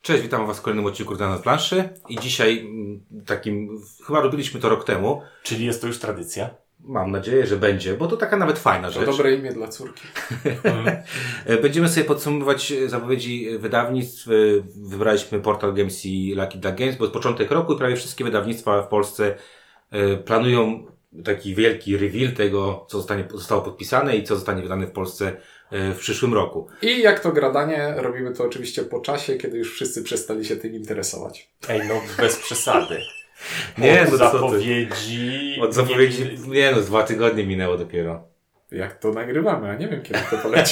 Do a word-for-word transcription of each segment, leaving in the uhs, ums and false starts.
Cześć, witam Was w kolejnym odcinku na planszy i dzisiaj takim, chyba robiliśmy to rok temu. Czyli jest to już tradycja? Mam nadzieję, że będzie, bo to taka nawet fajna rzecz. To dobre imię dla córki. Będziemy sobie podsumowywać zapowiedzi wydawnictw. Wybraliśmy Portal Games i Lucky Duck Games, bo jest początek roku i prawie wszystkie wydawnictwa w Polsce planują taki wielki reveal tego, co zostanie, zostało podpisane i co zostanie wydane w Polsce w przyszłym roku. I jak to gradanie, robimy to oczywiście po czasie, kiedy już wszyscy przestali się tym interesować. Ej, no bez przesady. Nie, od no zapowiedzi... Od zapowiedzi... Nie no, z dwa tygodnie minęło dopiero. Jak to nagrywamy, a nie wiem kiedy to poleci.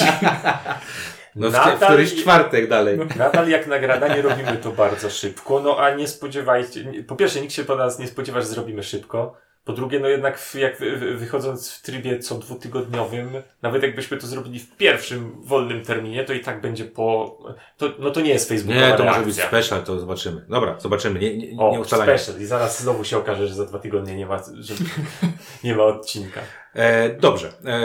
No w, w któryś czwartek dalej. Nadal jak nagradanie robimy to bardzo szybko, no a nie spodziewajcie... Po pierwsze, nikt się po nas nie spodziewa, że zrobimy szybko. Po drugie, no jednak w, jak wychodząc w trybie co dwutygodniowym, nawet jakbyśmy to zrobili w pierwszym wolnym terminie, to i tak będzie po... To, no to nie jest facebookowa Nie, to reakcja. może być special, to zobaczymy. Dobra, zobaczymy, nie, nie, o, nie ustalajmy. Special i zaraz znowu się okaże, że za dwa tygodnie nie ma, że nie ma odcinka. E, dobrze. E,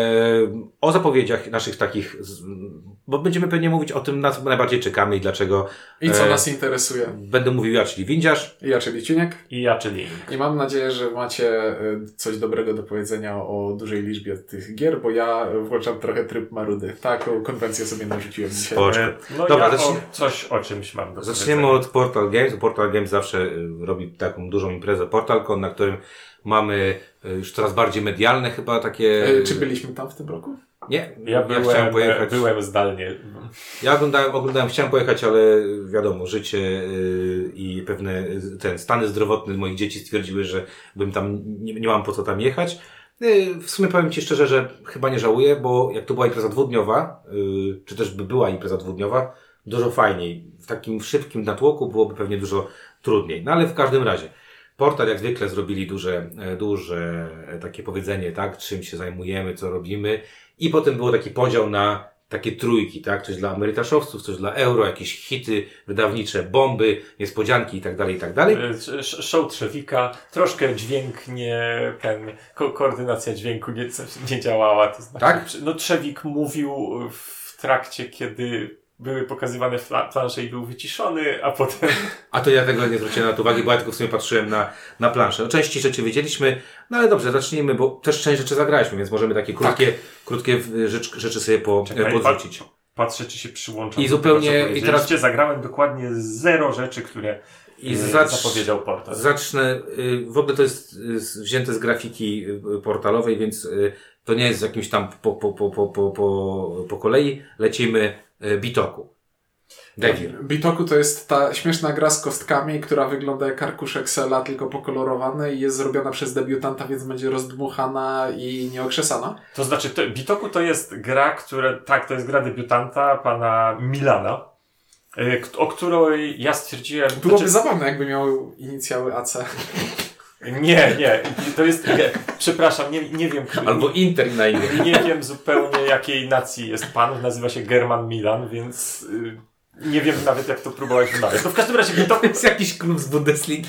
o zapowiedziach naszych takich, z, bo będziemy pewnie mówić o tym, na co najbardziej czekamy i dlaczego. I co e, nas interesuje. Będę mówił ja, czyli Windziarz. I ja, czyli Ciuniek. I ja, czyli I mam nadzieję, że macie coś dobrego do powiedzenia o dużej liczbie tych gier, bo ja włączam trochę tryb marudy. Taką konwencję sobie narzuciłem dzisiaj. Spoczko. No Dobra, ja zacznie... o, coś o czymś mam do Zaczniemy powiedzenia. od Portal Games. Portal Games zawsze robi taką dużą imprezę PortalCon, na którym mamy już coraz bardziej medialne chyba takie... E, czy byliśmy tam w tym roku? Nie, Ja, ja byłem, chciałem pojechać. byłem zdalnie. Ja oglądałem, oglądałem, chciałem pojechać, ale wiadomo, życie yy, i pewne ten, stany zdrowotne moich dzieci stwierdziły, że bym tam, nie, nie mam po co tam jechać. Yy, w sumie powiem Ci szczerze, że chyba nie żałuję, bo jak to była impreza dwudniowa, yy, czy też by była impreza dwudniowa, dużo fajniej. W takim szybkim natłoku byłoby pewnie dużo trudniej. No ale w każdym razie. Portal jak zwykle zrobili duże, duże takie powiedzenie, tak, czym się zajmujemy, co robimy i potem było taki podział na takie trójki, tak, coś dla emerytaszowców, coś dla euro, jakieś hity wydawnicze, bomby, niespodzianki i tak dalej, i tak dalej. Show Trzewika, troszkę dźwięk nie, ten, ko- koordynacja dźwięku nie, nie działała, to znaczy, tak? No Trzewik mówił w trakcie, kiedy były pokazywane plansze i był wyciszony, a potem... A to ja tego nie zwróciłem na to uwagi, bo ja tylko w sumie patrzyłem na, na planszę. No, części rzeczy wiedzieliśmy, no ale dobrze, zacznijmy, bo też część rzeczy zagraliśmy, więc możemy takie krótkie, tak. krótkie rzecz, rzeczy sobie po, Czekaj, podrzucić. Patrzę, czy się przyłączam. I zupełnie... I teraz zagrałem dokładnie zero rzeczy, które I zacz, zapowiedział portal. Zacznę, w ogóle to jest wzięte z grafiki portalowej, więc to nie jest jakimś tam po, po, po, po, po, po, po kolei. Lecimy Bitoku. Devir. Bitoku to jest ta śmieszna gra z kostkami, która wygląda jak arkusz Excela, tylko pokolorowane i jest zrobiona przez debiutanta, więc będzie rozdmuchana i nieokrzesana. To znaczy, to, Bitoku to jest gra, która, tak, to jest gra debiutanta, pana Milana, o której ja stwierdziłem... Byłoby znaczy, zabawne, jakby miał inicjały A C. Nie, nie, to jest, nie, przepraszam, nie, nie wiem. Albo Inter na imię. Nie wiem zupełnie jakiej nacji jest pan, nazywa się German Milan, więc y, nie wiem nawet jak to próbować wymawiać. No w każdym razie to jest jakiś klub z Bundesligi.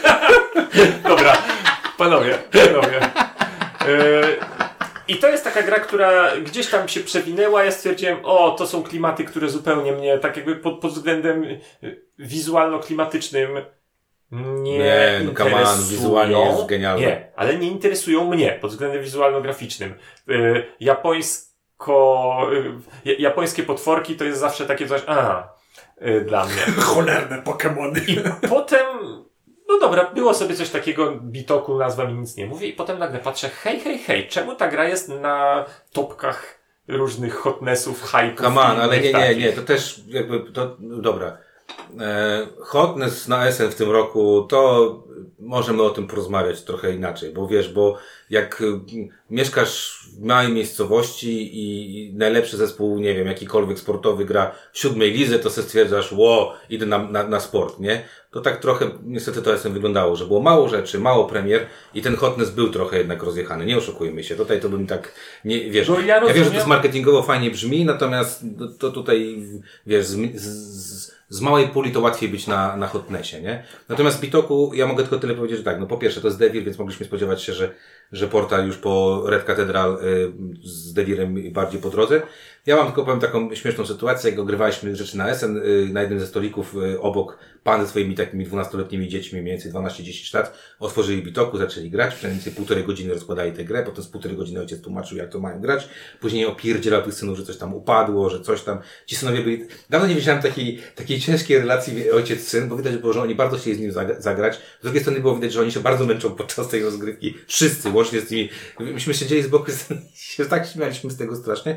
Dobra, panowie, panowie. Y, I to jest taka gra, która gdzieś tam się przewinęła, ja stwierdziłem, o, to są klimaty, które zupełnie mnie, tak jakby pod, pod względem wizualno-klimatycznym nie, nie no come on, wizualnie jest genialne. Nie, ale nie interesują mnie pod względem wizualno-graficznym. Yy, japońsko, yy, japońskie potworki to jest zawsze takie coś, a yy, dla mnie. Cholerne Pokemony. I potem, no dobra, było sobie coś takiego, Bitoku, nazwa mi nic nie mówi i potem nagle patrzę, hej, hej, hej, czemu ta gra jest na topkach różnych hotnessów, hype'ów? Come on, ale nie, nie, nie, to też jakby, to, dobra. E, hotness na S N w tym roku, to możemy o tym porozmawiać trochę inaczej, bo wiesz, bo jak y, mieszkasz w małej miejscowości i najlepszy zespół, nie wiem, jakikolwiek sportowy gra w siódmej lidze, to sobie stwierdzasz, ło, idę na, na, na sport, nie? To tak trochę niestety to S N wyglądało, że było mało rzeczy, mało premier i ten hotness był trochę jednak rozjechany, nie oszukujmy się, tutaj to bym tak, nie, wiesz, no ja, ja wiem, że to z marketingowo fajnie brzmi, natomiast to, to tutaj, wiesz, z, z, z małej puli to łatwiej być na, na hotnessie, nie? Natomiast Bitoku, ja mogę tylko tyle powiedzieć, że tak, no po pierwsze to jest Devir, więc mogliśmy spodziewać się, że, że portal już po Red Cathedral y, z Devirem bardziej po drodze. Ja mam tylko powiem taką śmieszną sytuację, jak ogrywaliśmy rzeczy na S N, na jednym ze stolików obok pan ze swoimi takimi dwunastoletnimi dziećmi, mniej więcej dwanaście dziesięć lat, otworzyli bitoku, zaczęli grać, przynajmniej półtorej godziny rozkładali tę grę, potem z półtorej godziny ojciec tłumaczył, jak to mają grać, później opierdzielał tych synów, że coś tam upadło, że coś tam, ci synowie byli, dawno nie widziałem takiej, takiej ciężkiej relacji ojciec-syn, bo widać było, że oni bardzo chcieli z nim zagrać, z drugiej strony było widać, że oni się bardzo męczą podczas tej rozgrywki, wszyscy, łącznie z tymi, myśmy siedzieli z boku, się tak śmialiśmy z tego strasznie.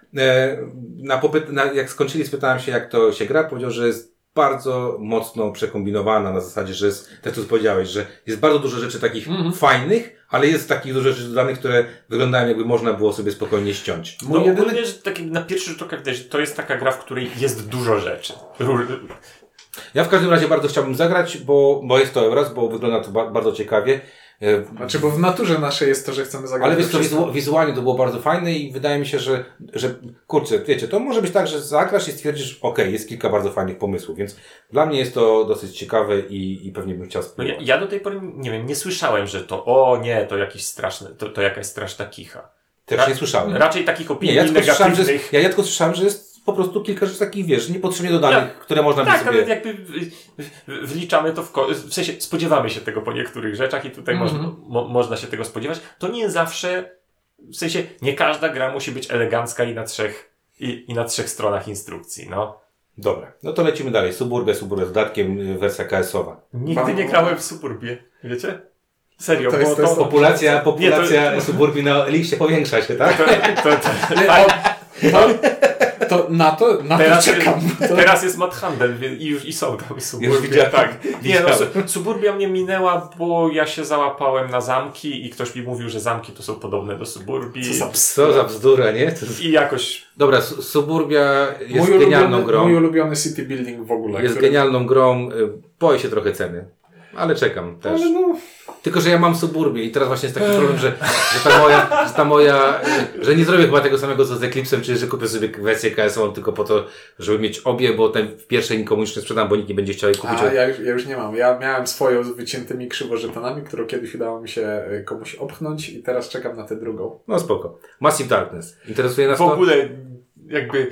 Na popyt, na, jak skończyli, spytałem się, jak to się gra, powiedział, że jest bardzo mocno przekombinowana na zasadzie, że jest, tak tu powiedziałeś, że jest bardzo dużo rzeczy takich mm-hmm. fajnych, ale jest takich dużo rzeczy dodanych, które wyglądają jakby można było sobie spokojnie ściąć. No jedyny... ogólnie, że taki na pierwszy rzut oka widać, że to jest taka gra, w której jest dużo rzeczy. Róż... Ja w każdym razie bardzo chciałbym zagrać, bo, bo jest to Euros, bo wygląda to ba- bardzo ciekawie. Znaczy, bo w naturze naszej jest to, że chcemy zagrać. Ale wiesz co, wizu- wizualnie to było bardzo fajne i wydaje mi się, że, że kurczę, wiecie, to może być tak, że zagrasz i stwierdzisz, okej, okay, jest kilka bardzo fajnych pomysłów, więc dla mnie jest to dosyć ciekawe i, i pewnie bym chciał spróbować. No ja, ja do tej pory, nie wiem, nie słyszałem, że to, o nie, to jakiś straszny, to, to jakaś straszna kicha. Też Ra- nie słyszałem. Raczej takich opinii nie, ja negatywnych. Że jest, ja, ja tylko słyszałem, że jest po prostu kilka rzeczy takich, wiesz, niepotrzebnie dodanych, ja, które można tak, by sobie... Tak, ale jakby wliczamy to w, ko- w sensie spodziewamy się tego po niektórych rzeczach i tutaj mm-hmm. można, mo- można się tego spodziewać. To nie zawsze, w sensie nie każda gra musi być elegancka i na trzech, i, i na trzech stronach instrukcji, no. Dobra, no to lecimy dalej. Suburbia, Suburbia z dodatkiem, wersja K S-owa. Nigdy Mam... nie grałem w Suburbię, wiecie? Serio, to jest, bo to jest to... populacja, populacja nie, to... Suburbii na liście powiększa się, tak? To, to, to, to, to na to, na teraz to czekam. Jest, to... Teraz jest Mad Handel i już i są tam Suburbia. Tak. Nie, no, Suburbia mnie minęła, bo ja się załapałem na zamki i ktoś mi mówił, że zamki to są podobne do Suburbii. Co za bzdura, Co za bzdura nie? To... I jakoś... Dobra, Suburbia jest mój genialną ulubiony, grą. Mój ulubiony city building w ogóle. Jest który... genialną grą. Boję się trochę ceny. Ale czekam też. Ale no... Tylko, że ja mam Suburbię i teraz właśnie jest taki problem, że, że ta moja, że ta moja, że nie zrobię chyba tego samego co z Eclipsem, czyli że kupię sobie wersję K S-ową tylko po to, żeby mieć obie, bo ten w pierwszej nikomu już nie sprzedam, bo nikt nie będzie chciał jej kupić. A, ja już, ja już nie mam. Ja miałem swoją z wyciętymi krzywożetonami, którą kiedyś udało mi się komuś opchnąć i teraz czekam na tę drugą. No spoko. Massive Darkness. Interesuje nas w to? W ogóle jakby...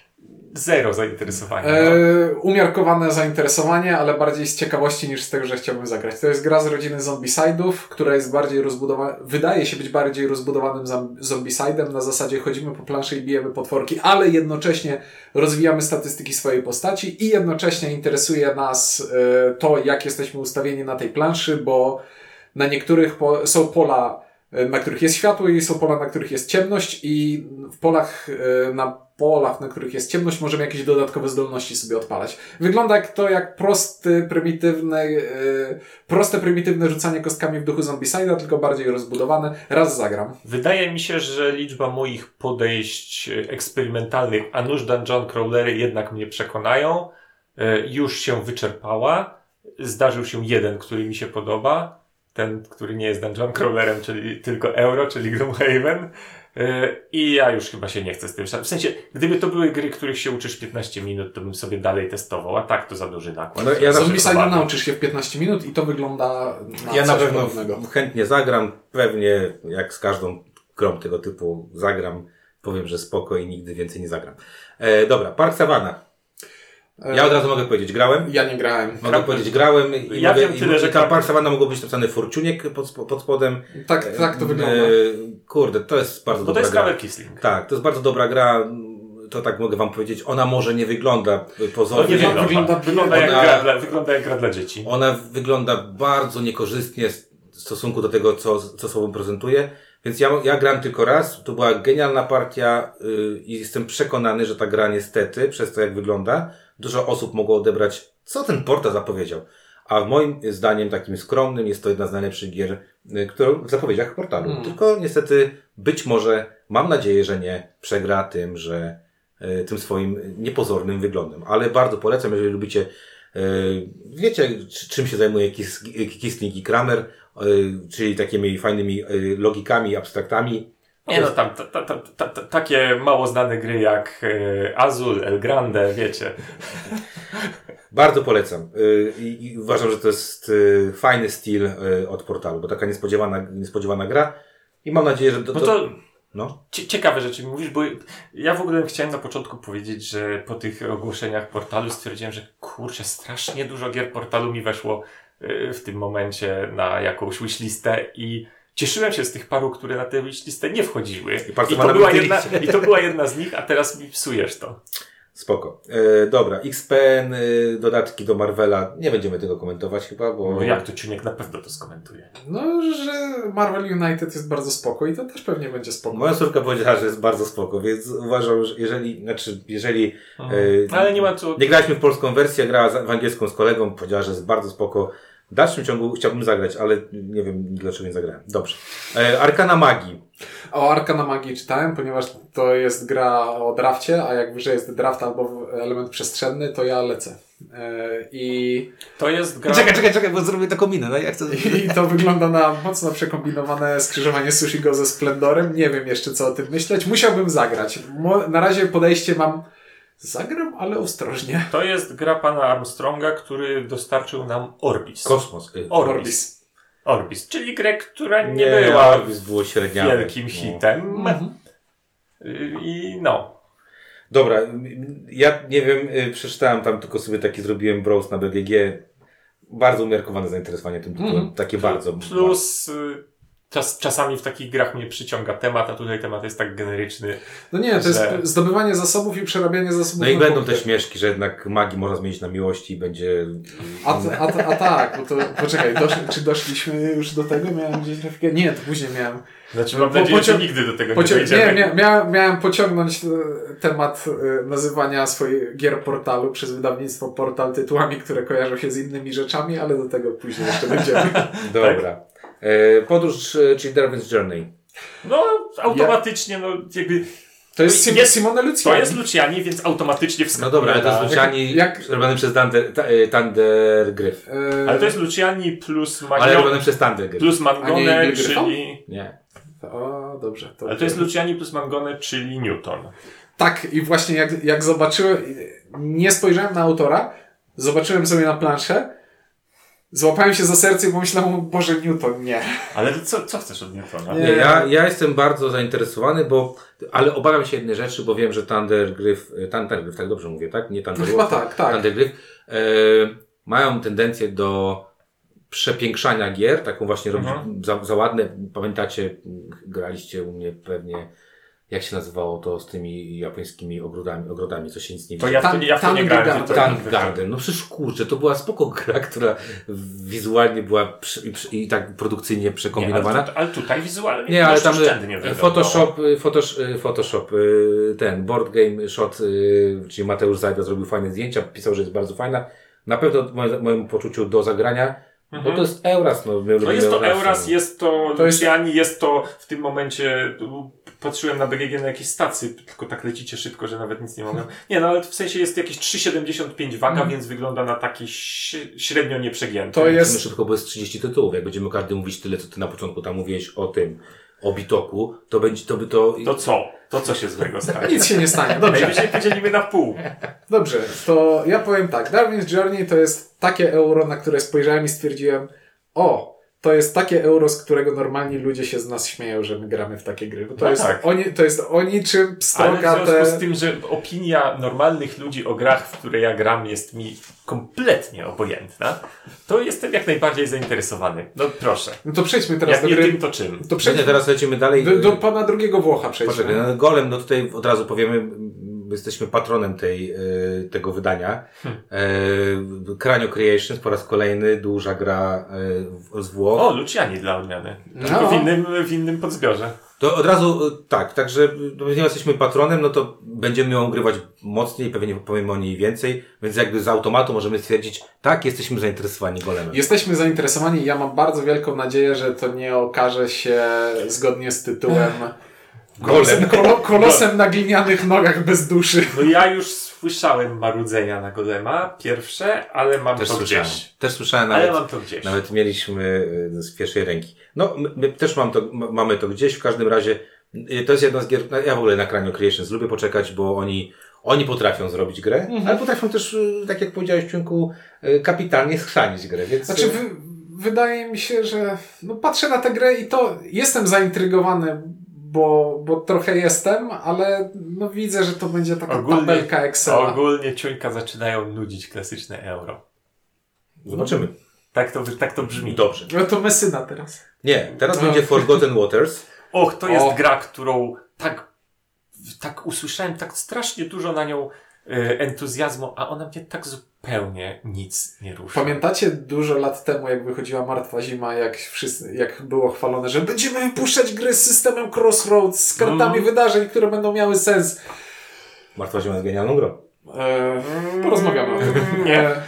Zero zainteresowania. No. E, umiarkowane zainteresowanie, ale bardziej z ciekawości niż z tego, że chciałbym zagrać. To jest gra z rodziny Zombicide'ów, która jest bardziej rozbudowana, wydaje się być bardziej rozbudowanym Zombicide'em. Na zasadzie chodzimy po planszy i bijemy potworki, ale jednocześnie rozwijamy statystyki swojej postaci i jednocześnie interesuje nas e, to, jak jesteśmy ustawieni na tej planszy, bo na niektórych po, są pola, na których jest światło i są pola, na których jest ciemność i w polach, na polach, na których jest ciemność, możemy jakieś dodatkowe zdolności sobie odpalać. Wygląda jak to jak prosty, prymitywny, proste, prymitywne rzucanie kostkami w duchu Zombicide'a, tylko bardziej rozbudowane. Raz zagram. Wydaje mi się, że liczba moich podejść eksperymentalnych, a nuż Dungeon Crawlery jednak mnie przekonają, już się wyczerpała. Zdarzył się jeden, który mi się podoba. Ten, który nie jest Dungeon Crawlerem, czyli tylko Euro, czyli Gloomhaven. Yy, I ja już chyba się nie chcę z tym. W sensie, gdyby to były gry, których się uczysz piętnaście minut, to bym sobie dalej testował, a tak to za duży nakład. No, ja Zombicide'a nauczysz się w piętnaście minut i to wygląda na Ja coś na pewno podobnego. chętnie zagram. Pewnie jak z każdą grą tego typu zagram, powiem, że spoko i nigdy więcej nie zagram. E, dobra, Park Savannah. Ja od razu mogę powiedzieć, grałem. Ja nie grałem. Mogę Gra... powiedzieć, grałem. I ja mogę, wiem tyle, i, że i ta Park Savannah mogło być napisane Fortuniek pod, pod spodem. Tak, tak to wygląda. E, kurde, to jest bardzo Bo dobra to jest gra. Kisling. Tak, to jest bardzo dobra gra. To tak mogę wam powiedzieć. Ona może nie wygląda pozornie. No nie wygląda. Wygląda, wygląda, ona, jak gra dla, wygląda jak gra dla dzieci. Ona wygląda bardzo niekorzystnie w stosunku do tego, co, co sobą prezentuje. Więc ja, ja grałem tylko raz. To była genialna partia yy, i jestem przekonany, że ta gra niestety, przez to jak wygląda, dużo osób mogło odebrać, co ten Porta zapowiedział. A moim zdaniem takim skromnym jest to jedna z najlepszych gier, yy, którą w zapowiedziach portalu. Mm. Tylko niestety być może, mam nadzieję, że nie przegra tym, że yy, tym swoim niepozornym wyglądem. Ale bardzo polecam, jeżeli lubicie, yy, wiecie, czym się zajmuje Kis, Kisling i Kramer, czyli takimi fajnymi logikami, abstraktami. Nie no, tam ta, ta, ta, ta, ta, takie mało znane gry jak e, Azul, El Grande, wiecie. Bardzo polecam. I, i uważam, że to jest fajny styl od portalu, bo taka niespodziewana, niespodziewana gra i mam nadzieję, że... Do, no to No. Cie- ciekawe rzeczy mi mówisz, bo ja w ogóle chciałem na początku powiedzieć, że po tych ogłoszeniach portalu stwierdziłem, że kurczę, strasznie dużo gier portalu mi weszło y, w tym momencie na jakąś wishlistę i cieszyłem się z tych paru, które na tę wishlistę nie wchodziły. I, I, to była jedna, I to była jedna z nich, a teraz mi psujesz to. Spoko. E, dobra, X P N, y, dodatki do Marvela, nie będziemy tego komentować chyba, bo... No jak to Ciuniek na pewno to skomentuje. No, że Marvel United jest bardzo spoko i to też pewnie będzie spoko. Moja córka powiedziała, że jest bardzo spoko, więc uważam, że jeżeli, znaczy, jeżeli... Mhm. E, Ale nie ma co... Nie graliśmy w polską wersję, grała w angielską z kolegą, powiedziała, że jest bardzo spoko. W dalszym ciągu chciałbym zagrać, ale nie wiem dlaczego nie zagrałem. Dobrze. E, Arkana Magii. O Arkana Magii czytałem, ponieważ to jest gra o drafcie, a jak wyżej jest draft albo element przestrzenny, to ja lecę. Yy, I... To jest gra... Czekaj, czekaj, czekaj, bo zrobię taką minę. No, ja chcę... I to wygląda na mocno przekombinowane skrzyżowanie Sushigo ze Splendorem. Nie wiem jeszcze co o tym myśleć. Musiałbym zagrać. Mo- na razie podejście mam... Zagram, ale ostrożnie. To jest gra pana Armstronga, który dostarczył nam Orbis. Kosmos. Orbis. Orbis. Orbis, czyli grę, która nie, nie była Orbis było średniawe. wielkim hitem. Mhm. I no. Dobra, ja nie wiem, przeczytałem tam, tylko sobie taki zrobiłem browse na B G G. Bardzo umiarkowane zainteresowanie tym tytułem. Mm. Takie plus, bardzo. Plus czas, czasami w takich grach mnie przyciąga temat, a tutaj temat jest tak generyczny. No nie, to że... jest zdobywanie zasobów i przerabianie zasobów. No i będą punkty. Te śmieszki, że jednak magii można zmienić na miłości i będzie... A, a, a, a tak, bo to poczekaj, dosz, czy doszliśmy już do tego? Miałem gdzieś grafikę? Nie, to później miałem. Znaczy mam nadzieję, pocią... że nigdy do tego pocią... nie dojdziemy. Nie, miałem, miałem pociągnąć temat nazywania swoich gier portalu przez wydawnictwo Portal tytułami, które kojarzą się z innymi rzeczami, ale do tego później jeszcze będziemy. Dobra. Podróż, czyli Darwin's Journey. No, automatycznie, no jakby... To jest, Sim- jest Simone Luciani. To jest Luciani, więc automatycznie wskakuje. No dobra, ale to jest Luciani jak, robiony przez Thunder, Thunder Gryf. Yy... Ale to jest Luciani plus Magno... Ale robiony przez Thunder Gryf. Plus Mangone, czyli... Nie. O, dobrze. To ale to jest Luciani plus Mangone, czyli Newton. Tak, i właśnie jak, jak zobaczyłem... Nie spojrzałem na autora, zobaczyłem sobie na planszę, złapałem się za serce i pomyślałem, Boże, Newton, nie. Ale co, co chcesz od Newtona? Nie, ja, ja jestem bardzo zainteresowany, bo, ale obawiam się jednej rzeczy, bo wiem, że Thunder Gryf, Thunder Gryf, tak dobrze mówię, tak? Nie Thunder Chyba tak, tak. Thunder Gryf, e, mają tendencję do przepiększania gier, taką właśnie robić mhm. za, za ładne. Pamiętacie, graliście u mnie pewnie, jak się nazywało to z tymi japońskimi ogrodami, ogrodami, co się nic nie widzi. To ja w to, ja w to nie grałem. Tank Garden. No przecież kurczę, to była spoko gra, która wizualnie była przy, i, przy, i tak produkcyjnie przekombinowana. Nie, ale, tu, ale tutaj wizualnie nie, ale tam nie Photoshop, Photoshop, Photoshop, ten Board Game Shot, czyli Mateusz Zajda zrobił fajne zdjęcia, pisał, że jest bardzo fajna. Na pewno w moim, moim poczuciu do zagrania. Mhm. Bo to jest Euras. No, my no jest to Euras, Euras, no. jest to, to Luciani, jest... jest to w tym momencie, patrzyłem na B G G na jakieś stacje, tylko tak lecicie szybko, że nawet nic nie mogę. Nie, no ale w sensie jest jakieś trzy siedemdziesiąt pięć waga, mm. więc wygląda na taki średnio nieprzegięty. To jest... Szybko, bo jest trzydzieści tytułów. Jak będziemy każdy mówić tyle, co ty na początku tam mówiłeś o tym, o Bitoku, to będzie, to by to... To co? To co się złego stanie? Nic się nie stanie. Dobrze. Najwyżej podzielimy na pół. Dobrze, to ja powiem tak. Darwin's Journey to jest takie euro, na które spojrzałem i stwierdziłem, o, to jest takie euro, z którego normalni ludzie się z nas śmieją, że my gramy w takie gry. Bo to, no jest, tak. oni, to jest o niczym pstroga. Ale w związku z tym, że opinia normalnych ludzi o grach, w które ja gram, jest mi kompletnie obojętna, to jestem jak najbardziej zainteresowany. No proszę. No to przejdźmy teraz jak do nie gry. tym, to czym? To przejdźmy, teraz lecimy dalej. Do, do pana drugiego Włocha przejdźmy. Poczekaj, no, Golem, no tutaj od razu powiemy, jesteśmy patronem tej, y, tego wydania. Hmm. Y, Cranio Creations po raz kolejny, duża gra y, z Włoch. O, Luciani dla odmiany. No. Tylko w innym, w innym podzbiorze. To od razu, y, tak, także ponieważ jesteśmy patronem, no to będziemy ją grywać mocniej, pewnie powiemy o niej więcej, więc jakby z automatu możemy stwierdzić, tak, jesteśmy zainteresowani Golemem. Jesteśmy zainteresowani i ja mam bardzo wielką nadzieję, że to nie okaże się zgodnie z tytułem Golem. Kolo, kolosem na glinianych nogach bez duszy. No ja już słyszałem marudzenia na Golema, pierwsze, ale mam też to słyszałem. gdzieś. Też słyszałem, nawet, ale mam to gdzieś. Nawet mieliśmy z pierwszej ręki. No, my, my też mam to, mamy to gdzieś, w każdym razie to jest jedna z gier, ja w ogóle na Cranio Creations lubię poczekać, bo oni Oni potrafią zrobić grę, mhm. ale potrafią też, tak jak powiedziałeś, Ciunku, kapitalnie schrzanić grę. Więc... Znaczy, wydaje mi się, że no, patrzę na tę grę i to jestem zaintrygowany, bo, bo trochę jestem, ale no widzę, że to będzie taka ogólnie, tabelka Excela. Ogólnie ciuńka zaczynają nudzić klasyczne euro. Zobaczymy. Tak to, tak to brzmi. Dobrze. No to Messyna teraz. Nie, teraz No. będzie Forgotten Waters. Och, to jest O. gra, którą tak, tak usłyszałem, tak strasznie dużo na nią y, entuzjazmu, a ona mnie tak zupełnie nic nie rusza. Pamiętacie dużo lat temu, jak wychodziła Martwa Zima, jak, wszyscy, jak było chwalone, że będziemy wypuszczać gry z systemem Crossroads, z kartami Mm. wydarzeń, które będą miały sens. Martwa Zima jest genialną grą. E, porozmawiamy o tym. Nie. E,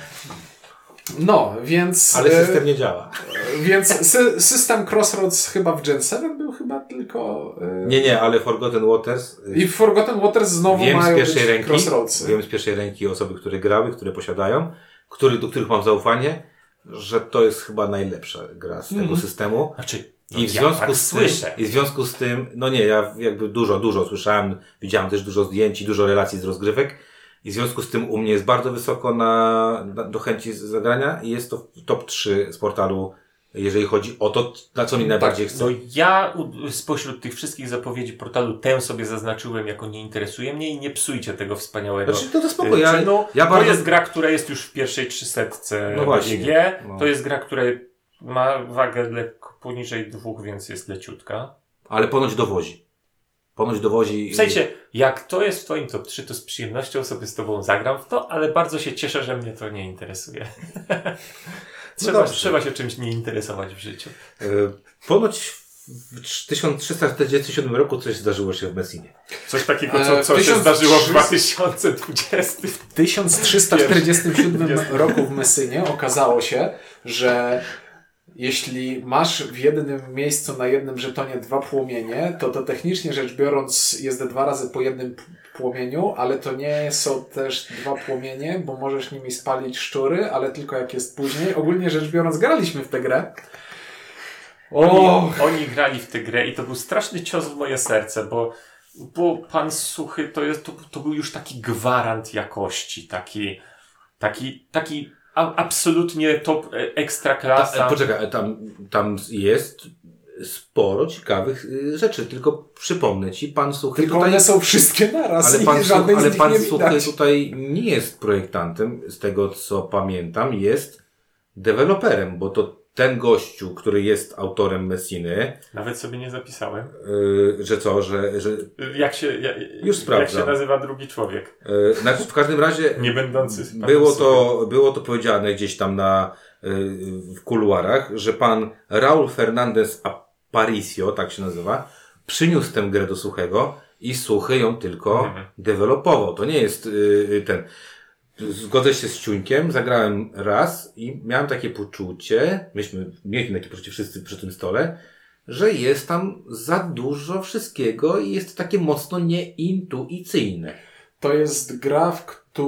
no, więc... Ale e, system nie działa. Więc sy- system Crossroads chyba w Gen siedem był chyba tylko... E, Nie, nie, ale Forgotten Waters... y, I w Forgotten Waters znowu wiem z mają pierwszej być ręki, Crossroads. wiem z pierwszej ręki osoby, które grały, które posiadają, który, do których mam zaufanie, że to jest chyba najlepsza gra z tego Mhm. systemu. Znaczy, no I w ja związku tak z tym, słyszę. i w związku z tym, no nie, ja jakby dużo, dużo słyszałem, widziałem też dużo zdjęć i dużo relacji z rozgrywek i w związku z tym u mnie jest bardzo wysoko na, na do chęci zagrania i jest to top trzy z portalu, jeżeli chodzi o to, na co mi najbardziej chce. No ja u- spośród tych wszystkich zapowiedzi portalu tę sobie zaznaczyłem jako nie interesuje mnie i nie psujcie tego wspaniałego Znaczy, to, to spoko, ja, czynu. ja To bardzo... jest gra, która jest już w pierwszej trzysetce No właśnie, E G. no. To jest gra, która ma wagę lekko poniżej dwóch, więc jest leciutka. Ale ponoć dowozi. Ponoć dowozi... W sensie, jak to jest w twoim top trzy, to z przyjemnością sobie z tobą zagram w to, ale bardzo się cieszę, że mnie to nie interesuje. trzeba, dobrze. trzeba się czymś nie interesować w życiu. E, Ponoć w tysiąc trzysta czterdziestym siódmym roku coś zdarzyło się w Messinie. Coś takiego, E, co, co się tysiąc zdarzyło w trzysta dwa tysiące dwudziestym. W tysiąc trzysta czterdziestym siódmym roku w Messynie okazało się, że jeśli masz w jednym miejscu na jednym żetonie dwa płomienie, to to technicznie rzecz biorąc jest dwa razy po jednym p- płomieniu, ale to nie są też dwa płomienie, bo możesz nimi spalić szczury, ale tylko jak jest później. Ogólnie rzecz biorąc graliśmy w tę grę. Oni, O, oni grali w tę grę i to był straszny cios w moje serce, bo, bo pan Suchy to, jest, to, to był już taki gwarant jakości, taki, taki, taki a, absolutnie top e, ekstra klasa. Ta, poczekaj, tam, tam jest sporo ciekawych y, rzeczy, tylko przypomnę ci, pan Suchy tylko tutaj... one są wszystkie naraz Ale i pan, żadnej Such, ale z nich pan nie Suchy widać. tutaj nie jest projektantem, z tego co pamiętam, jest deweloperem, bo to ten gościu, który jest autorem Messiny, Nawet sobie nie zapisałem. yy, że co, że, że Jak się, ja, Już jak sprawdzam. się nazywa drugi człowiek? yy, znaczy w każdym razie Nie będący z panem było Suchym. to, było to powiedziane gdzieś tam na, yy, w kuluarach, że pan Raul Fernandez Aparicio, tak się nazywa, przyniósł tę grę do Suchego i Suchy ją tylko Mhm. dewelopował. To nie jest yy, ten... Zgodzę się z Ciuńkiem, zagrałem raz i miałem takie poczucie, myśmy mieli takie poczucie wszyscy przy tym stole, że jest tam za dużo wszystkiego i jest takie mocno nieintuicyjne. To jest gra, w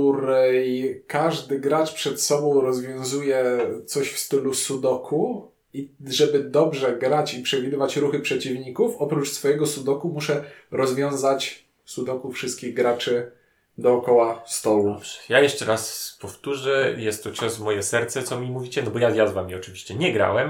której każdy gracz przed sobą rozwiązuje coś w stylu sudoku i żeby dobrze grać i przewidywać ruchy przeciwników, oprócz swojego sudoku muszę rozwiązać sudoku wszystkich graczy dookoła stołu. Dobrze. Ja jeszcze raz powtórzę, jest to cios w moje serce, co mi mówicie, no bo ja, ja z wami oczywiście nie grałem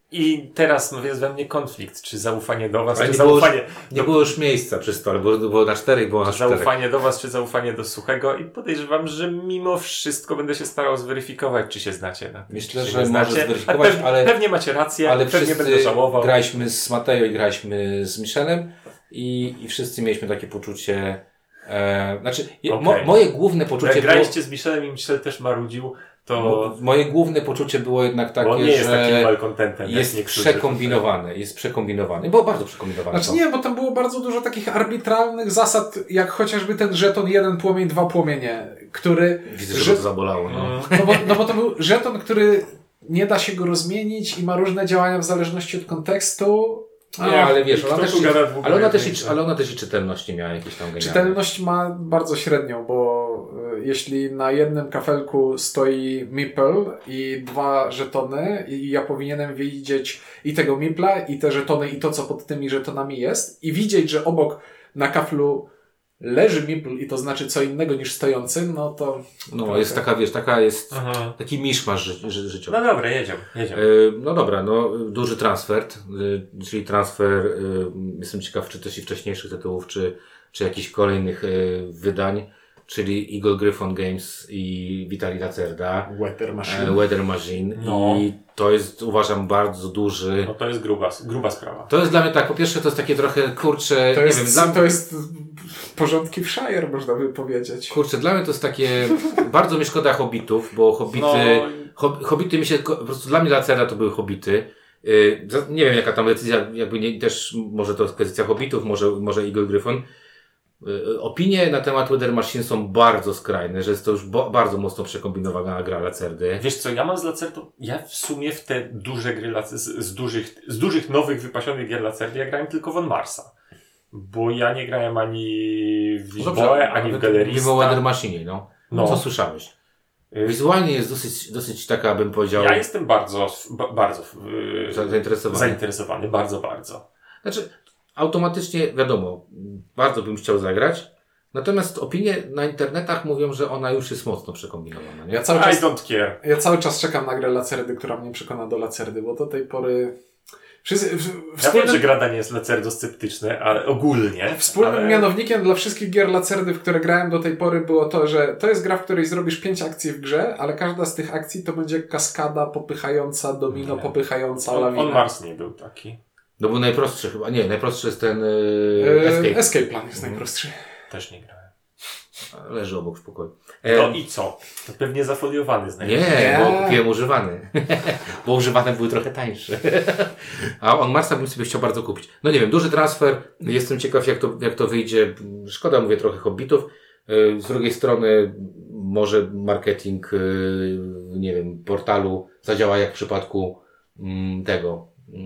i teraz no, jest we mnie konflikt, czy zaufanie do was, Ale czy nie było, już, zaufanie nie do, było już miejsca przy stole, bo było na czterech, było na czterech. zaufanie do was, czy zaufanie do Suchego i podejrzewam, że mimo wszystko będę się starał zweryfikować, czy się znacie na tym, Myślę, czy się że nie możesz znacie. zweryfikować, pewnie, ale- pewnie macie rację, Ale pewnie wszyscy będę żałował. graliśmy z Mateo i graliśmy z Michelem i, i wszyscy mieliśmy takie poczucie, e, znaczy je, mo, Okej. moje główne poczucie Jak było, graliście z Michelem i Michel też marudził, to mo, moje główne poczucie było jednak takie, on nie jest takim że malcontentem. jak jest niektórzy przekombinowane, jest przekombinowane, było bardzo przekombinowane. Znaczy nie, bo tam było bardzo dużo takich arbitralnych zasad, jak chociażby ten żeton jeden płomień, dwa płomienie, który... Widzę, że że- to zabolało, no. Mm. No bo, no bo to był żeton, który nie da się go rozmienić i ma różne działania w zależności od kontekstu. Nie, ale wiesz, ona Kto też, tu i, gada dwóch ale ona też, jedynce? i, ale ona też i czytelność nie miała jakiejś tam genialnej. Czytelność ma bardzo średnią, bo y, jeśli na jednym kafelku stoi meeple i dwa żetony i ja powinienem widzieć i tego meepla, i te żetony, i to, co pod tymi żetonami jest i widzieć, że obok na kaflu leży meeple i to znaczy co innego niż stojący, no to... No, trochę. jest taka, wiesz, taka jest, Aha. taki miszmasz ży, ży, życiowy. No dobra, jedziemy, jedziemy. E, no dobra, no duży transfer, e, czyli transfer, e, jestem ciekaw, czy też i wcześniejszych tytułów, czy, czy jakichś kolejnych e, wydań, czyli Eagle Gryphon Games i Vitali Lacerda, Weather Machine. e, Weather Machine No. i to jest, uważam, bardzo duży... No to jest gruba, gruba sprawa. To jest dla mnie tak, po pierwsze to jest takie trochę, kurczę, To nie jest, wiem, dla to jest porządki w Shire, można by powiedzieć. Kurczę, dla mnie to jest takie, bardzo mi szkoda hobbitów, bo hobbity, No. hob, hobbity mi się, po prostu dla mnie Lacerda to były hobbity. Yy, za- nie wiem jaka tam decyzja, jakby nie, też może to jest kwestia hobbitów, może, może Eagle Gryphon. Yy, opinie na temat Weather Machine są bardzo skrajne, że jest to już bo, bardzo mocno przekombinowana gra Lacerdy. Wiesz co, ja mam z Lacerdą, ja w sumie w te duże gry Lac- z, z dużych, z dużych nowych wypasionych gier Lacerdy ja grałem tylko Von Marsa. Bo ja nie grałem ani w Lisboę, ani w Galerista. Mówimy o Weather Machine, no. No. Co słyszałeś? Y, Wizualnie jest dosyć, dosyć taka, bym powiedział, Ja jestem bardzo, ba, bardzo yy, za- zainteresowany. zainteresowany, bardzo, bardzo. Znaczy, automatycznie, wiadomo, bardzo bym chciał zagrać, natomiast opinie na internetach mówią, że ona już jest mocno przekombinowana, nie? Ja cały I czas, don't care. ja cały czas czekam na grę Lacerdy, która mnie przekona do Lacerdy, bo do tej pory... Wszyscy, w, Ja wiem, wspólnym, że grada nie jest lacerdo-sceptyczne, ale ogólnie. wspólnym ale... mianownikiem dla wszystkich gier Lacerdy, w które grałem do tej pory, było to, że to jest gra, w której zrobisz pięć akcji w grze, ale każda z tych akcji to będzie kaskada popychająca, domino Nie. popychająca, On, lawina. on Mars nie był taki. No był najprostszy chyba, nie, najprostszy jest ten yy, E, Escape. Escape Plan jest najprostszy. Też nie grałem. Leży obok w pokoju. No E, i co? To pewnie zafoliowany znajdziesz. nie, Nie. bo kupiłem używany. Bo używane były trochę tańsze. A on Marsa bym sobie chciał bardzo kupić. No nie wiem, duży transfer. Jestem ciekaw jak to, jak to wyjdzie. Szkoda, mówię, trochę hobbitów. E, Z drugiej strony może marketing, e, nie wiem, portalu zadziała jak w przypadku mm, tego.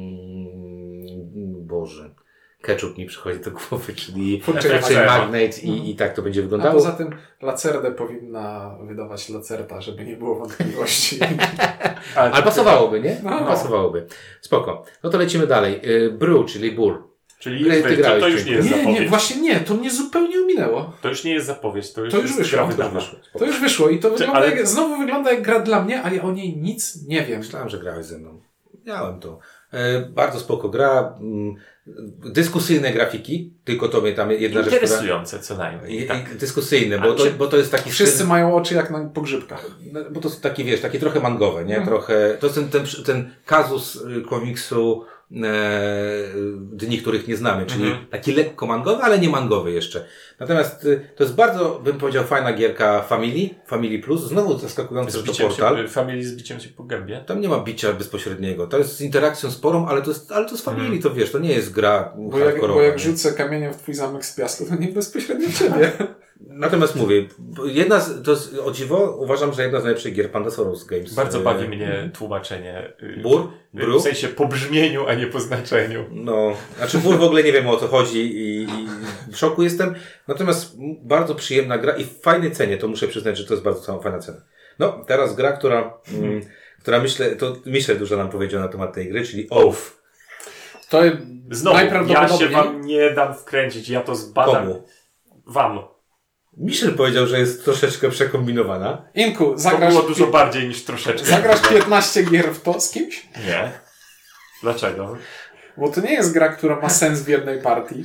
Mm, Boże. Ketchup mi przychodzi do głowy, czyli Food Chain Chain Magnate. Magnate i, i tak to będzie A wyglądało. poza tym Lacerdę powinna wydawać Lacerta, żeby nie było wątpliwości. Ale, Ale pasowałoby, nie? No, no. Pasowałoby. Spoko. No to lecimy dalej. Y, Brew, czyli ból. Czyli Ty jest, to, grałeś to już w nie jest Nie, zapowiedź. nie, właśnie nie, to mnie zupełnie ominęło. To już nie jest zapowiedź, to już, To już jest wyszło, gra to już wydana. To już wyszło i to Czy- wygląda ale- jak, znowu wygląda jak gra dla mnie, a ja o niej nic nie wiem. Myślałem, że grałeś ze mną. Miałem to. E, bardzo spoko gra. Mm, dyskusyjne grafiki, tylko to mnie tam jedna rzecz, która... Interesujące co najmniej. I- Tak. i Dyskusyjne, A bo to, czy- bo to jest taki Wszyscy styl, mają oczy jak na pogrzybkach. no, bo to jest taki, wiesz, taki trochę mangowe, nie? Mhm. Trochę, to jest ten, ten, ten kazus y, komiksu e, Dni, których nie znamy, czyli Mhm. taki lekko mangowy, ale nie mangowy jeszcze. Natomiast y, to jest bardzo, bym powiedział, fajna gierka Family, Family Plus, znowu zaskakujący, Z że to biciem portal. się, familii z biciem się po gębie. Tam nie ma bicia bezpośredniego. To jest z interakcją sporą, ale to jest, ale to jest Family, Mhm. to wiesz, to nie jest gra Bo jak, hardkorowa, bo jak nie? rzucę kamieniem w twój zamek z piasku, to nie bezpośrednio ciebie. Natomiast mówię, jedna z, to jest, o dziwo, uważam, że jedna z najlepszych gier Pandasaurus Games. Bardzo E, bawi mnie tłumaczenie. y, Bur? y, Bru? W sensie po brzmieniu, a nie po znaczeniu. No, znaczy Bur w ogóle nie wiem o co chodzi i, i w szoku jestem. Natomiast m- bardzo przyjemna gra i w fajnej cenie, to muszę przyznać, że to jest bardzo cała fajna cena. No, teraz gra, która, mm, która myślę, to Michel dużo nam powiedział na temat tej gry, czyli Oath. To Znowu, ja najprawdopodobniej... się wam nie dam wkręcić, ja to zbadam. Komu? Wam. Michel powiedział, że jest troszeczkę przekombinowana. Inku, To zagrasz, było dużo bardziej niż troszeczkę. zagrasz piętnaście gier w to z kimś? Nie. Dlaczego? Bo to nie jest gra, która ma sens w jednej partii.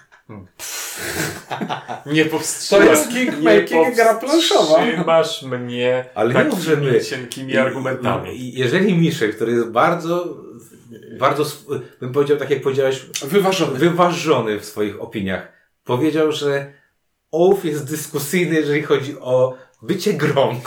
Nie To powstrzymasz. jest kickmaking, gra planszowa. Powstrzymasz mnie Ale nie mów, że my. takimi cienkimi argumentami. I jeżeli Michel, który jest bardzo, bardzo, sw- bym powiedział, tak jak powiedziałeś, Wyważony. wyważony w swoich opiniach, powiedział, że Oath jest dyskusyjny, jeżeli chodzi o bycie grą.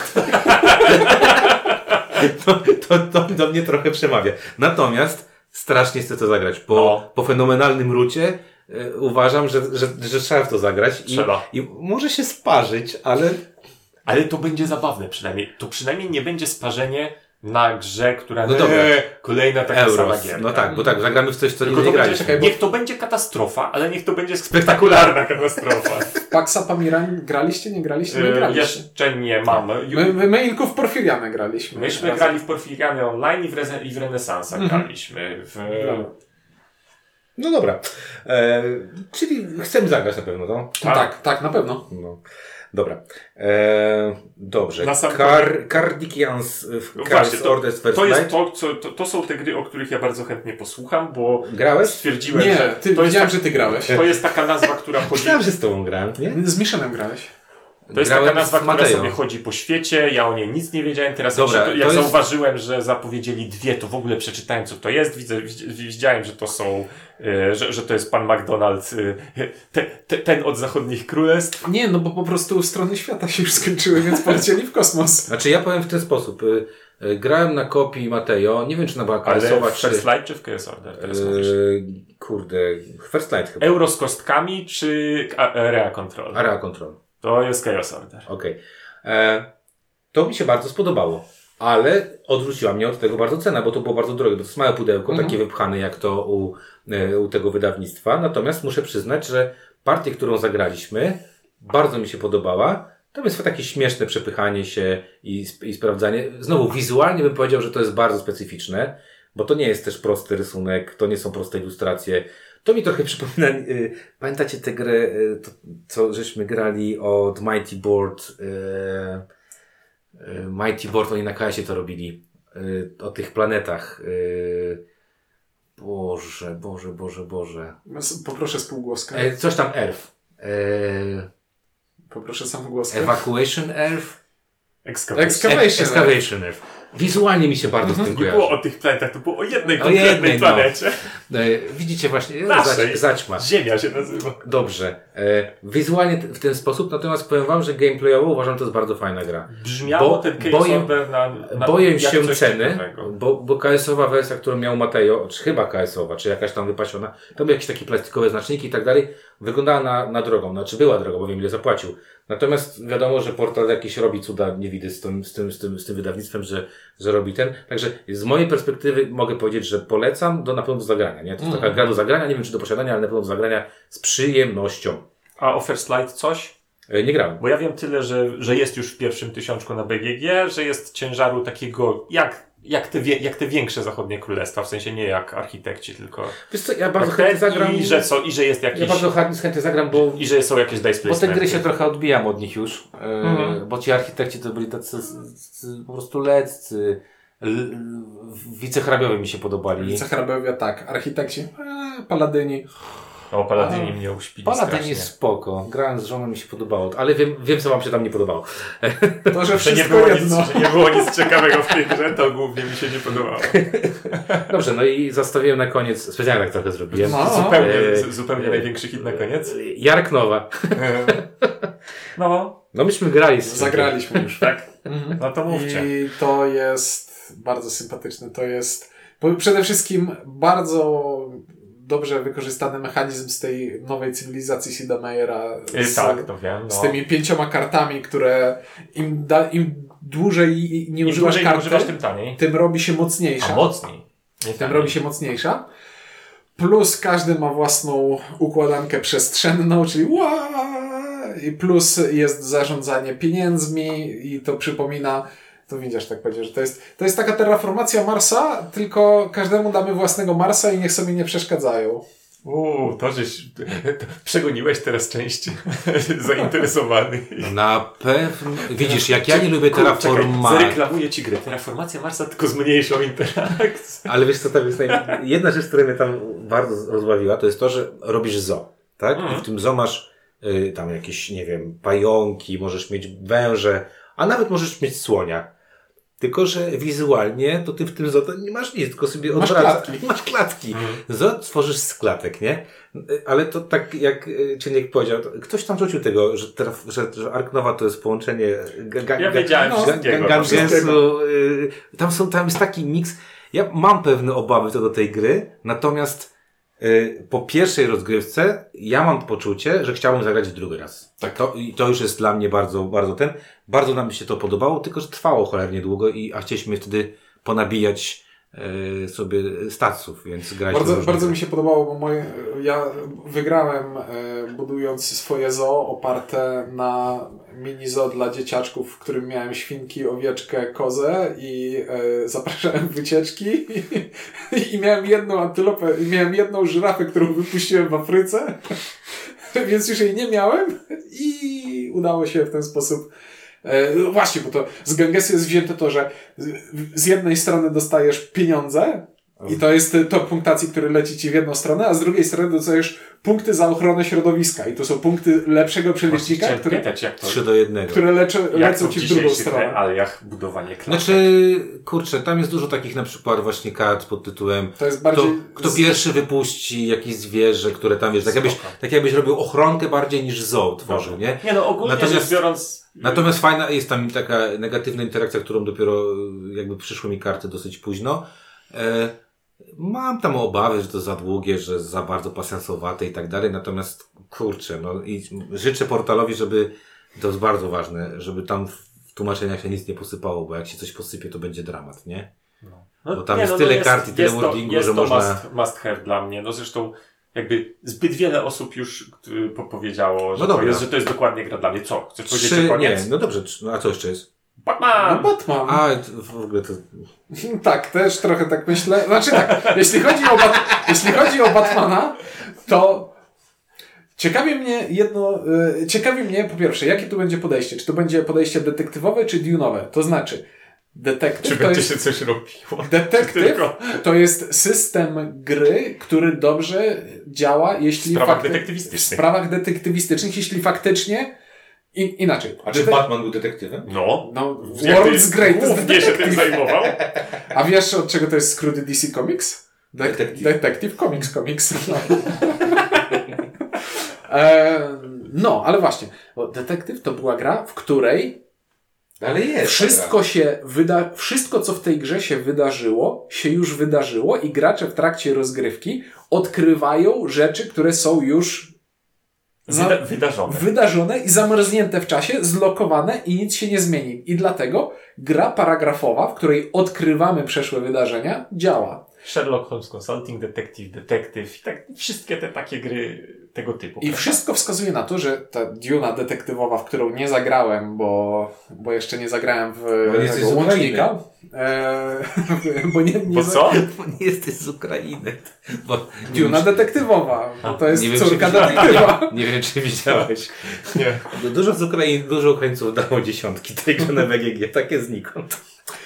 to, to, to do mnie trochę przemawia. Natomiast strasznie chcę to zagrać. Po, No. po fenomenalnym rucie e, uważam, że, że, że trzeba w to zagrać. I, Trzeba. I może się sparzyć, ale Ale to będzie zabawne przynajmniej. To przynajmniej nie będzie sparzenie na grze, która No dobra. eee, kolejna taka sama Euros. gierka. No tak, bo tak, zagramy w coś, co nie Tylko to będzie, graliśmy. niech to będzie katastrofa, ale niech to będzie spektakularna katastrofa. Paxa Pamiran graliście, nie graliście? Nie Eee, graliście. jeszcze nie mamy. My, my, my Inku w Porfirianę graliśmy. Myśmy Razem. grali w Porfiriany online i w, Reze- i w Renesansa Mhm. graliśmy. W... No. No dobra. E, czyli chcemy zagrać na pewno, no? Tak, tak, tak na pewno. No. Dobra. E, dobrze. Na sam Car- Cardikians w No Cards właśnie, to, Orders First to, jest Light. to, co, to, to są te gry, o których ja bardzo chętnie posłucham, bo Grałeś? stwierdziłem, Nie, że ty to jest, widziałem, tak, że ty grałeś. to jest taka nazwa, która chodzi... Myślałem, że z tobą grałem, nie? Z Missionem grałeś. To jest Grałem taka nazwa, z która Mateo. sobie chodzi po świecie, ja o niej nic nie wiedziałem, teraz Dobra, jak, się to, jak to jest- zauważyłem, że zapowiedzieli dwie, to w ogóle przeczytałem, co to jest, widzę, widz- widziałem, że to są, e, że, że to jest pan McDonald, e, te, te, ten od zachodnich królestw. Nie, no bo po prostu strony świata się już skończyły, więc polecieli w kosmos. Znaczy ja powiem w ten sposób. Y, y, grałem na kopii Mateo, nie wiem czy ona była Ale karesowa, w czy... First Light czy w Chaos Order teraz mówisz? y, kurde, First Light chyba. Euro z kostkami czy a- Area Control? Area Control. To jest Chaos Order. Okej. E, To mi się bardzo spodobało. Ale odwróciła mnie od tego bardzo cena, bo to było bardzo drogie. Bo to jest małe pudełko, Mhm. takie wypchane jak to u, e, u tego wydawnictwa. Natomiast muszę przyznać, że partię, którą zagraliśmy, bardzo mi się podobała. Tam jest takie śmieszne przepychanie się i, sp- i sprawdzanie. Znowu, wizualnie bym powiedział, że to jest bardzo specyficzne, bo to nie jest też prosty rysunek, to nie są proste ilustracje. To mi trochę przypomina, y, pamiętacie tę grę, y, to, co żeśmy grali od Mighty Board, y, y, Mighty Board, oni na K S-ie to robili, y, o tych planetach. Y, Boże, Boże, Boże, Boże. Poproszę spółgłoskę. E, coś tam Earth. E, Poproszę samogłoskę. Evacuation Earth? Excavation. Excavation. Excavation Earth. Wizualnie mi się bardzo z tym Nie kojarzy. było o tych planetach, to było o jednej O konkretnej jednej, no. planecie. E, widzicie właśnie, Naszej. zać, zaćma. Ziemia się nazywa. Dobrze. E, wizualnie t- w ten sposób, natomiast powiem wam, że gameplayowo uważam, że to jest bardzo fajna gra. Brzmiało Bo- ten Chaos boję- Order na, na Boję jak się coś ceny, ciekawego. bo, bo K S-owa wersja, którą miał Mateo, czy chyba K S-owa, czy jakaś tam wypasiona, tam były jakieś takie plastikowe znaczniki i tak dalej, wyglądała na, na drogą, znaczy była drogą, bo wiem ile zapłacił. Natomiast wiadomo, że portal jakiś robi cuda, nie widzę z tym, z tym, z tym, z tym wydawnictwem, że, że robi ten. Także z mojej perspektywy mogę powiedzieć, że polecam do na pewno do zagrania, nie? To jest taka gra do zagrania, nie wiem czy do posiadania, ale na pewno do zagrania z przyjemnością. A o First Light coś? E, Nie grałem. Bo ja wiem tyle, że, że jest już w pierwszym tysiączku na B G G, że jest ciężaru takiego jak, jak, te, wie- jak te większe zachodnie królestwa, w sensie nie jak architekci, tylko Wiesz co, ja bardzo jak chętnie te, zagram. i, że są, i że jest jakiś, Ja bardzo chętnie zagram, bo i że są jakieś dice Bo te placementy. gry się trochę odbijam od nich już, e, Mhm. bo ci architekci to byli tacy z- z- po prostu leccy, L- wicehrabiowie mi się podobali. Wicehrabowia tak, architekci, eee, paladyni. O, Paladyni mnie uśpili Paladin strasznie. jest spoko, grałem z żoną mi się podobało, ale wiem, wiem co wam się tam nie podobało. To, że Że nie, wszystko było nic, jedno. że nie było nic ciekawego w tej grze, to głównie mi się nie podobało. Dobrze, no i zostawiłem na koniec, specjalnie tak trochę zrobiłem. No. Zupełnie, E, z- zupełnie e, największy hit na koniec. Jark Nowa. No, No myśmy grali z Zagraliśmy już. tak. No to mówcie. I to jest bardzo sympatyczne. To jest po- przede wszystkim bardzo dobrze wykorzystany mechanizm z tej nowej cywilizacji Sida Meiera. E, Z, tak, to wiem. No. z tymi pięcioma kartami, które im, da, im dłużej nie Im używasz dłużej nie karty, używasz, tym taniej. tym robi się mocniejsza. A mocniej. Nie Tym taniej. robi się mocniejsza. Plus każdy ma własną układankę przestrzenną, czyli ła! I plus jest zarządzanie pieniędzmi i to przypomina, to widzisz, tak powiedział, że to jest, to jest taka terraformacja Marsa, tylko każdemu damy własnego Marsa i niech sobie nie przeszkadzają. Uuu, to żeś to przegoniłeś teraz część zainteresowanych. Na pewno, widzisz, jak ja nie lubię terraformacji. Zareklamuję ci grę. Terraformacja Marsa tylko z mniejszą interakcją. Ale wiesz co, tam jest naj... jedna rzecz, która mnie tam bardzo rozbawiła, to jest to, że robisz zoo, tak? Mhm. I w tym zoo masz y, tam jakieś, nie wiem, pająki, możesz mieć węże, a nawet możesz mieć słonia. Tylko że wizualnie to ty w tym zoo to nie masz nic, tylko sobie Masz odwracasz. klatki. Masz klatki. Mhm. Zoo tworzysz z klatek, nie? Y, Ale to tak jak y, Cieniek powiedział, to ktoś tam rzucił tego, że, traf, że, że Ark Nova to jest połączenie ga, ga, Ja ga, wiedziałem no, wszystkiego. Gangensu, y, tam są, tam jest taki miks. Ja mam pewne obawy co do tej gry, natomiast y, po pierwszej rozgrywce ja mam poczucie, że chciałbym zagrać drugi raz. Tak. To, i to już jest dla mnie bardzo, bardzo ten, bardzo nam się to podobało, tylko że trwało cholernie długo i, a chcieliśmy wtedy ponabijać e, sobie statsów, więc grać Bardzo, bardzo mi się podobało, bo moje, ja wygrałem e, budując swoje zoo oparte na mini zoo dla dzieciaczków, w którym miałem świnki, owieczkę, kozę i e, zapraszałem wycieczki i, i miałem jedną antylopę, i miałem jedną żyrafę, którą wypuściłem w Afryce, więc już jej nie miałem i udało się w ten sposób. E, właśnie, bo to z Gangesu jest wzięte to, że z, z jednej strony dostajesz pieniądze i to jest to punktacji, który leci ci w jedną stronę, a z drugiej strony dostajesz punkty za ochronę środowiska i to są punkty lepszego przelicznika, które, pytać, jak to, trzy do jednego. które leczy, lecą ci w drugą stronę. W realiach budowanie klatek. Znaczy, kurczę, tam jest dużo takich na przykład właśnie kart pod tytułem to jest bardziej kto, kto pierwszy wypuści jakieś zwierzę, które tam wiesz, tak jakbyś, tak jakbyś robił ochronkę bardziej niż zoo tworzył, nie? Nie no, ogólnie Natomiast- rzecz biorąc... Natomiast fajna jest tam taka negatywna interakcja, którą dopiero jakby przyszły mi karty dosyć późno. E, mam tam obawy, że to za długie, że za bardzo pasjansowate i tak dalej, natomiast kurczę, no i życzę portalowi, żeby, to jest bardzo ważne, żeby tam w tłumaczeniach się nic nie posypało, bo jak się coś posypie, to będzie dramat, nie? No. Bo tam nie, jest no, tyle no kart i tyle jest to, wordingu, jest że to można... must, must have dla mnie. No zresztą jakby zbyt wiele osób już y, powiedziało, że, No to dobra. jest, że to jest dokładnie gra dla mnie. Co? Chcesz powiedzieć, Trzy, że koniec? nie, no dobrze, trzy- no a co jeszcze jest? Batman! No Batman. A, to w ogóle to... Tak, też trochę tak myślę. Znaczy tak, jeśli chodzi o, Bat- jeśli chodzi o Batmana, to ciekawi mnie jedno, y, ciekawi mnie po pierwsze, jakie tu będzie podejście. Czy to będzie podejście detektywowe, czy dune'owe? To znaczy, detektyw Czy to będzie jest... się coś robiło? Detektyw Tylko to jest system gry, który dobrze działa, jeśli w sprawach fakty- detektywistycznych. w sprawach detektywistycznych, jeśli faktycznie i, inaczej. A Czy czy te- Batman był detektywem? No. No, Jak to World's jest- Greatest głównie się tym Detective. zajmował. A wiesz, od czego to jest skrót D C Comics? De- Detective. Detective Comics, Comics. No. e, no, ale właśnie. Bo Detektyw to była gra, w której Ale jest. wszystko się wyda, wszystko co w tej grze się wydarzyło, się już wydarzyło i gracze w trakcie rozgrywki odkrywają rzeczy, które są już za- Wyda- wydarzone. wydarzone i zamrznięte w czasie, zlokowane i nic się nie zmieni. I dlatego gra paragrafowa, w której odkrywamy przeszłe wydarzenia, działa. Sherlock Holmes Consulting, Detective, Detective i tak wszystkie te takie gry tego typu. I prawda? wszystko wskazuje na to, że ta Duna detektywowa, w którą nie zagrałem, bo, bo jeszcze nie zagrałem w Bo nie jesteś tego z łącznika. E, bo nie, nie Bo za- co? Bo nie jesteś z Ukrainy. Bo Duna detektywowa, bo to jest nie wiem, córka czy widziałeś. detektywa. Nie wiem, czy widziałeś. Nie. Dużo z Ukrainy, dużo Ukraińców dało dziesiątki tej grze na B G G, takie znikąd.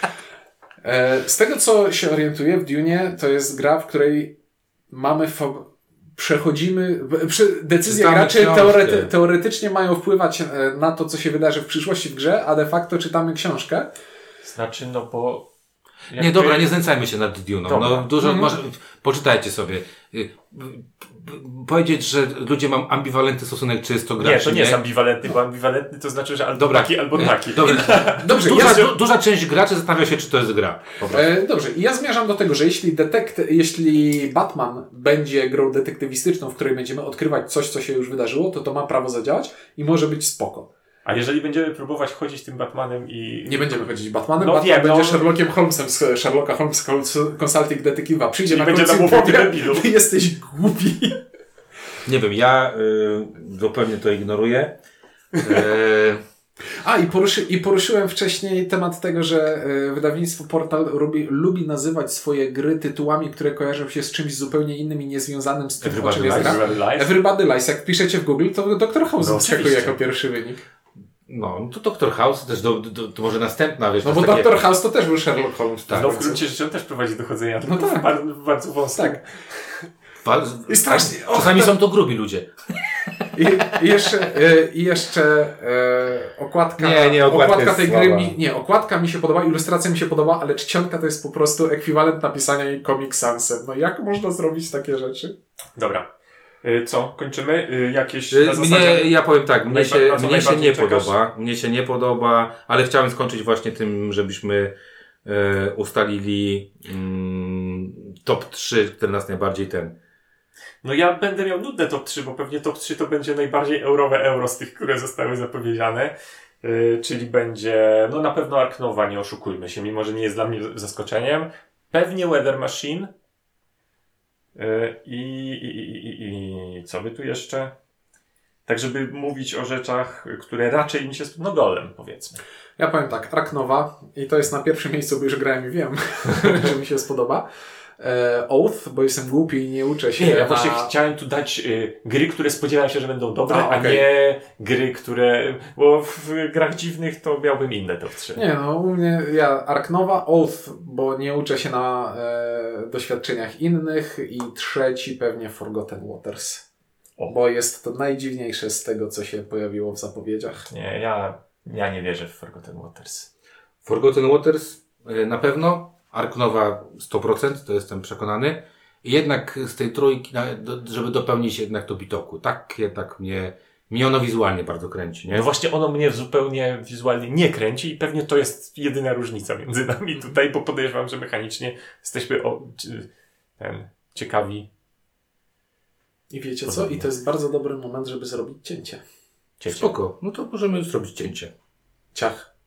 E, z tego, co się orientuję w Dunie, to jest gra, w której mamy fa- przechodzimy, przy, decyzje Czytamy graczy książkę. teorety, teoretycznie mają wpływać e, na to, co się wydarzy w przyszłości w grze, a de facto czytamy książkę. Znaczy, no bo... Nie, dobra, nie znęcajmy się nad Duną. Dobra. No, dużo, Mhm. może, poczytajcie sobie. Y, Powiedzieć, że ludzie mam ambiwalentny stosunek, czy jest to gra, Nie, czy to nie jest ambiwalentny, bo ambiwalentny to znaczy, że albo Dobra. taki, albo Nie, taki. Dobra. Dobrze, Duża, ja, du, duża część graczy zastanawia się, czy to jest gra. Po prostu. e, dobrze, i ja zmierzam do tego, że jeśli detekt, jeśli Batman będzie grą detektywistyczną, w której będziemy odkrywać coś, co się już wydarzyło, to to ma prawo zadziałać i może być spoko. A jeżeli będziemy próbować chodzić tym Batmanem i... Nie będziemy chodzić Batmanem, No Batman wiem, będzie no. Sherlockiem Holmesem z Sherlocka Holmes Consulting Detective'a. Przyjdzie Czyli na będzie końcu nam i mówił, powie, ty debilu. ty jesteś głupi. Nie wiem, ja y, zupełnie to ignoruję. Y, A, i, poruszy, i poruszyłem wcześniej temat tego, że y, wydawnictwo Portal lubi, lubi nazywać swoje gry tytułami, które kojarzą się z czymś zupełnie innym i niezwiązanym z tym, o Everybody czym jest Lies. gra. Everybody Lies. Everybody Lies. Jak piszecie w Google, to doktor House No, wyskakuje oczywiście. jako pierwszy wynik. no, to Doktor House też do, do, to może następna, wiesz. No to bo jest takie- doktor House to też był Sherlock Holmes. Tak. No w gruncie rzeczy on też prowadzi dochodzenia, No tylko tak. w bardzo, w bardzo wąskim. Tak. Wal- I strasznie- och, Czasami to- są to grubi ludzie. I, i jeszcze, y, i jeszcze e, okładka, Nie, nie, okładka jest tej słaba. gry mi, nie, okładka mi się podoba, ilustracja mi się podoba, ale czcionka to jest po prostu ekwiwalent napisania jej Comic Sansem. No jak można zrobić takie rzeczy? Dobra. Y, Co? Kończymy? Y, Jakieś Y, na Mnie, zasadzie... ja powiem tak, mnie Najba- się, na co mnie się najbardziej nie czekasz? podoba, mnie się nie podoba, ale chciałem skończyć właśnie tym, żebyśmy e, ustalili mm, top trzy, które nas najbardziej ten... No ja będę miał nudne top trzy, bo pewnie top trzy to będzie najbardziej eurowe euro z tych, które zostały zapowiedziane. Yy, czyli będzie, no na pewno Ark Nova, nie oszukujmy się, mimo że nie jest dla mnie zaskoczeniem. pewnie Weather Machine. Yy, I, i, i, i co by tu jeszcze? Tak, żeby mówić o rzeczach, które raczej mi się spodobają. No Golem, powiedzmy. Ja powiem tak, Ark Nova i to jest na pierwszym miejscu, bo już grałem i wiem, że mi się spodoba. E, Oath, bo jestem głupi i nie uczę się. Nie, ja właśnie na... chciałem tu dać y, gry, które spodziewałem się, że będą dobre, a, a okay. nie gry, które... Bo w grach dziwnych to miałbym inne top trzy. Nie, no u mnie ja Ark Nova, Oath, bo nie uczę się na e, doświadczeniach innych i trzeci pewnie Forgotten Waters. O. Bo jest to najdziwniejsze z tego, co się pojawiło w zapowiedziach. Nie, ja, ja nie wierzę w Forgotten Waters. Forgotten Waters na pewno. Ark Nova sto procent, to jestem przekonany. I jednak z tej trójki, żeby dopełnić jednak to Bitoku. Tak jednak mnie, mnie ono wizualnie bardzo kręci, nie? No właśnie ono mnie zupełnie wizualnie nie kręci i pewnie to jest jedyna różnica między nami tutaj, bo podejrzewam, że mechanicznie jesteśmy o, ten, ciekawi. I wiecie co? I to jest bardzo dobry moment, żeby zrobić cięcie. Cięcie. Spoko. No to możemy już zrobić cięcie. Ciach.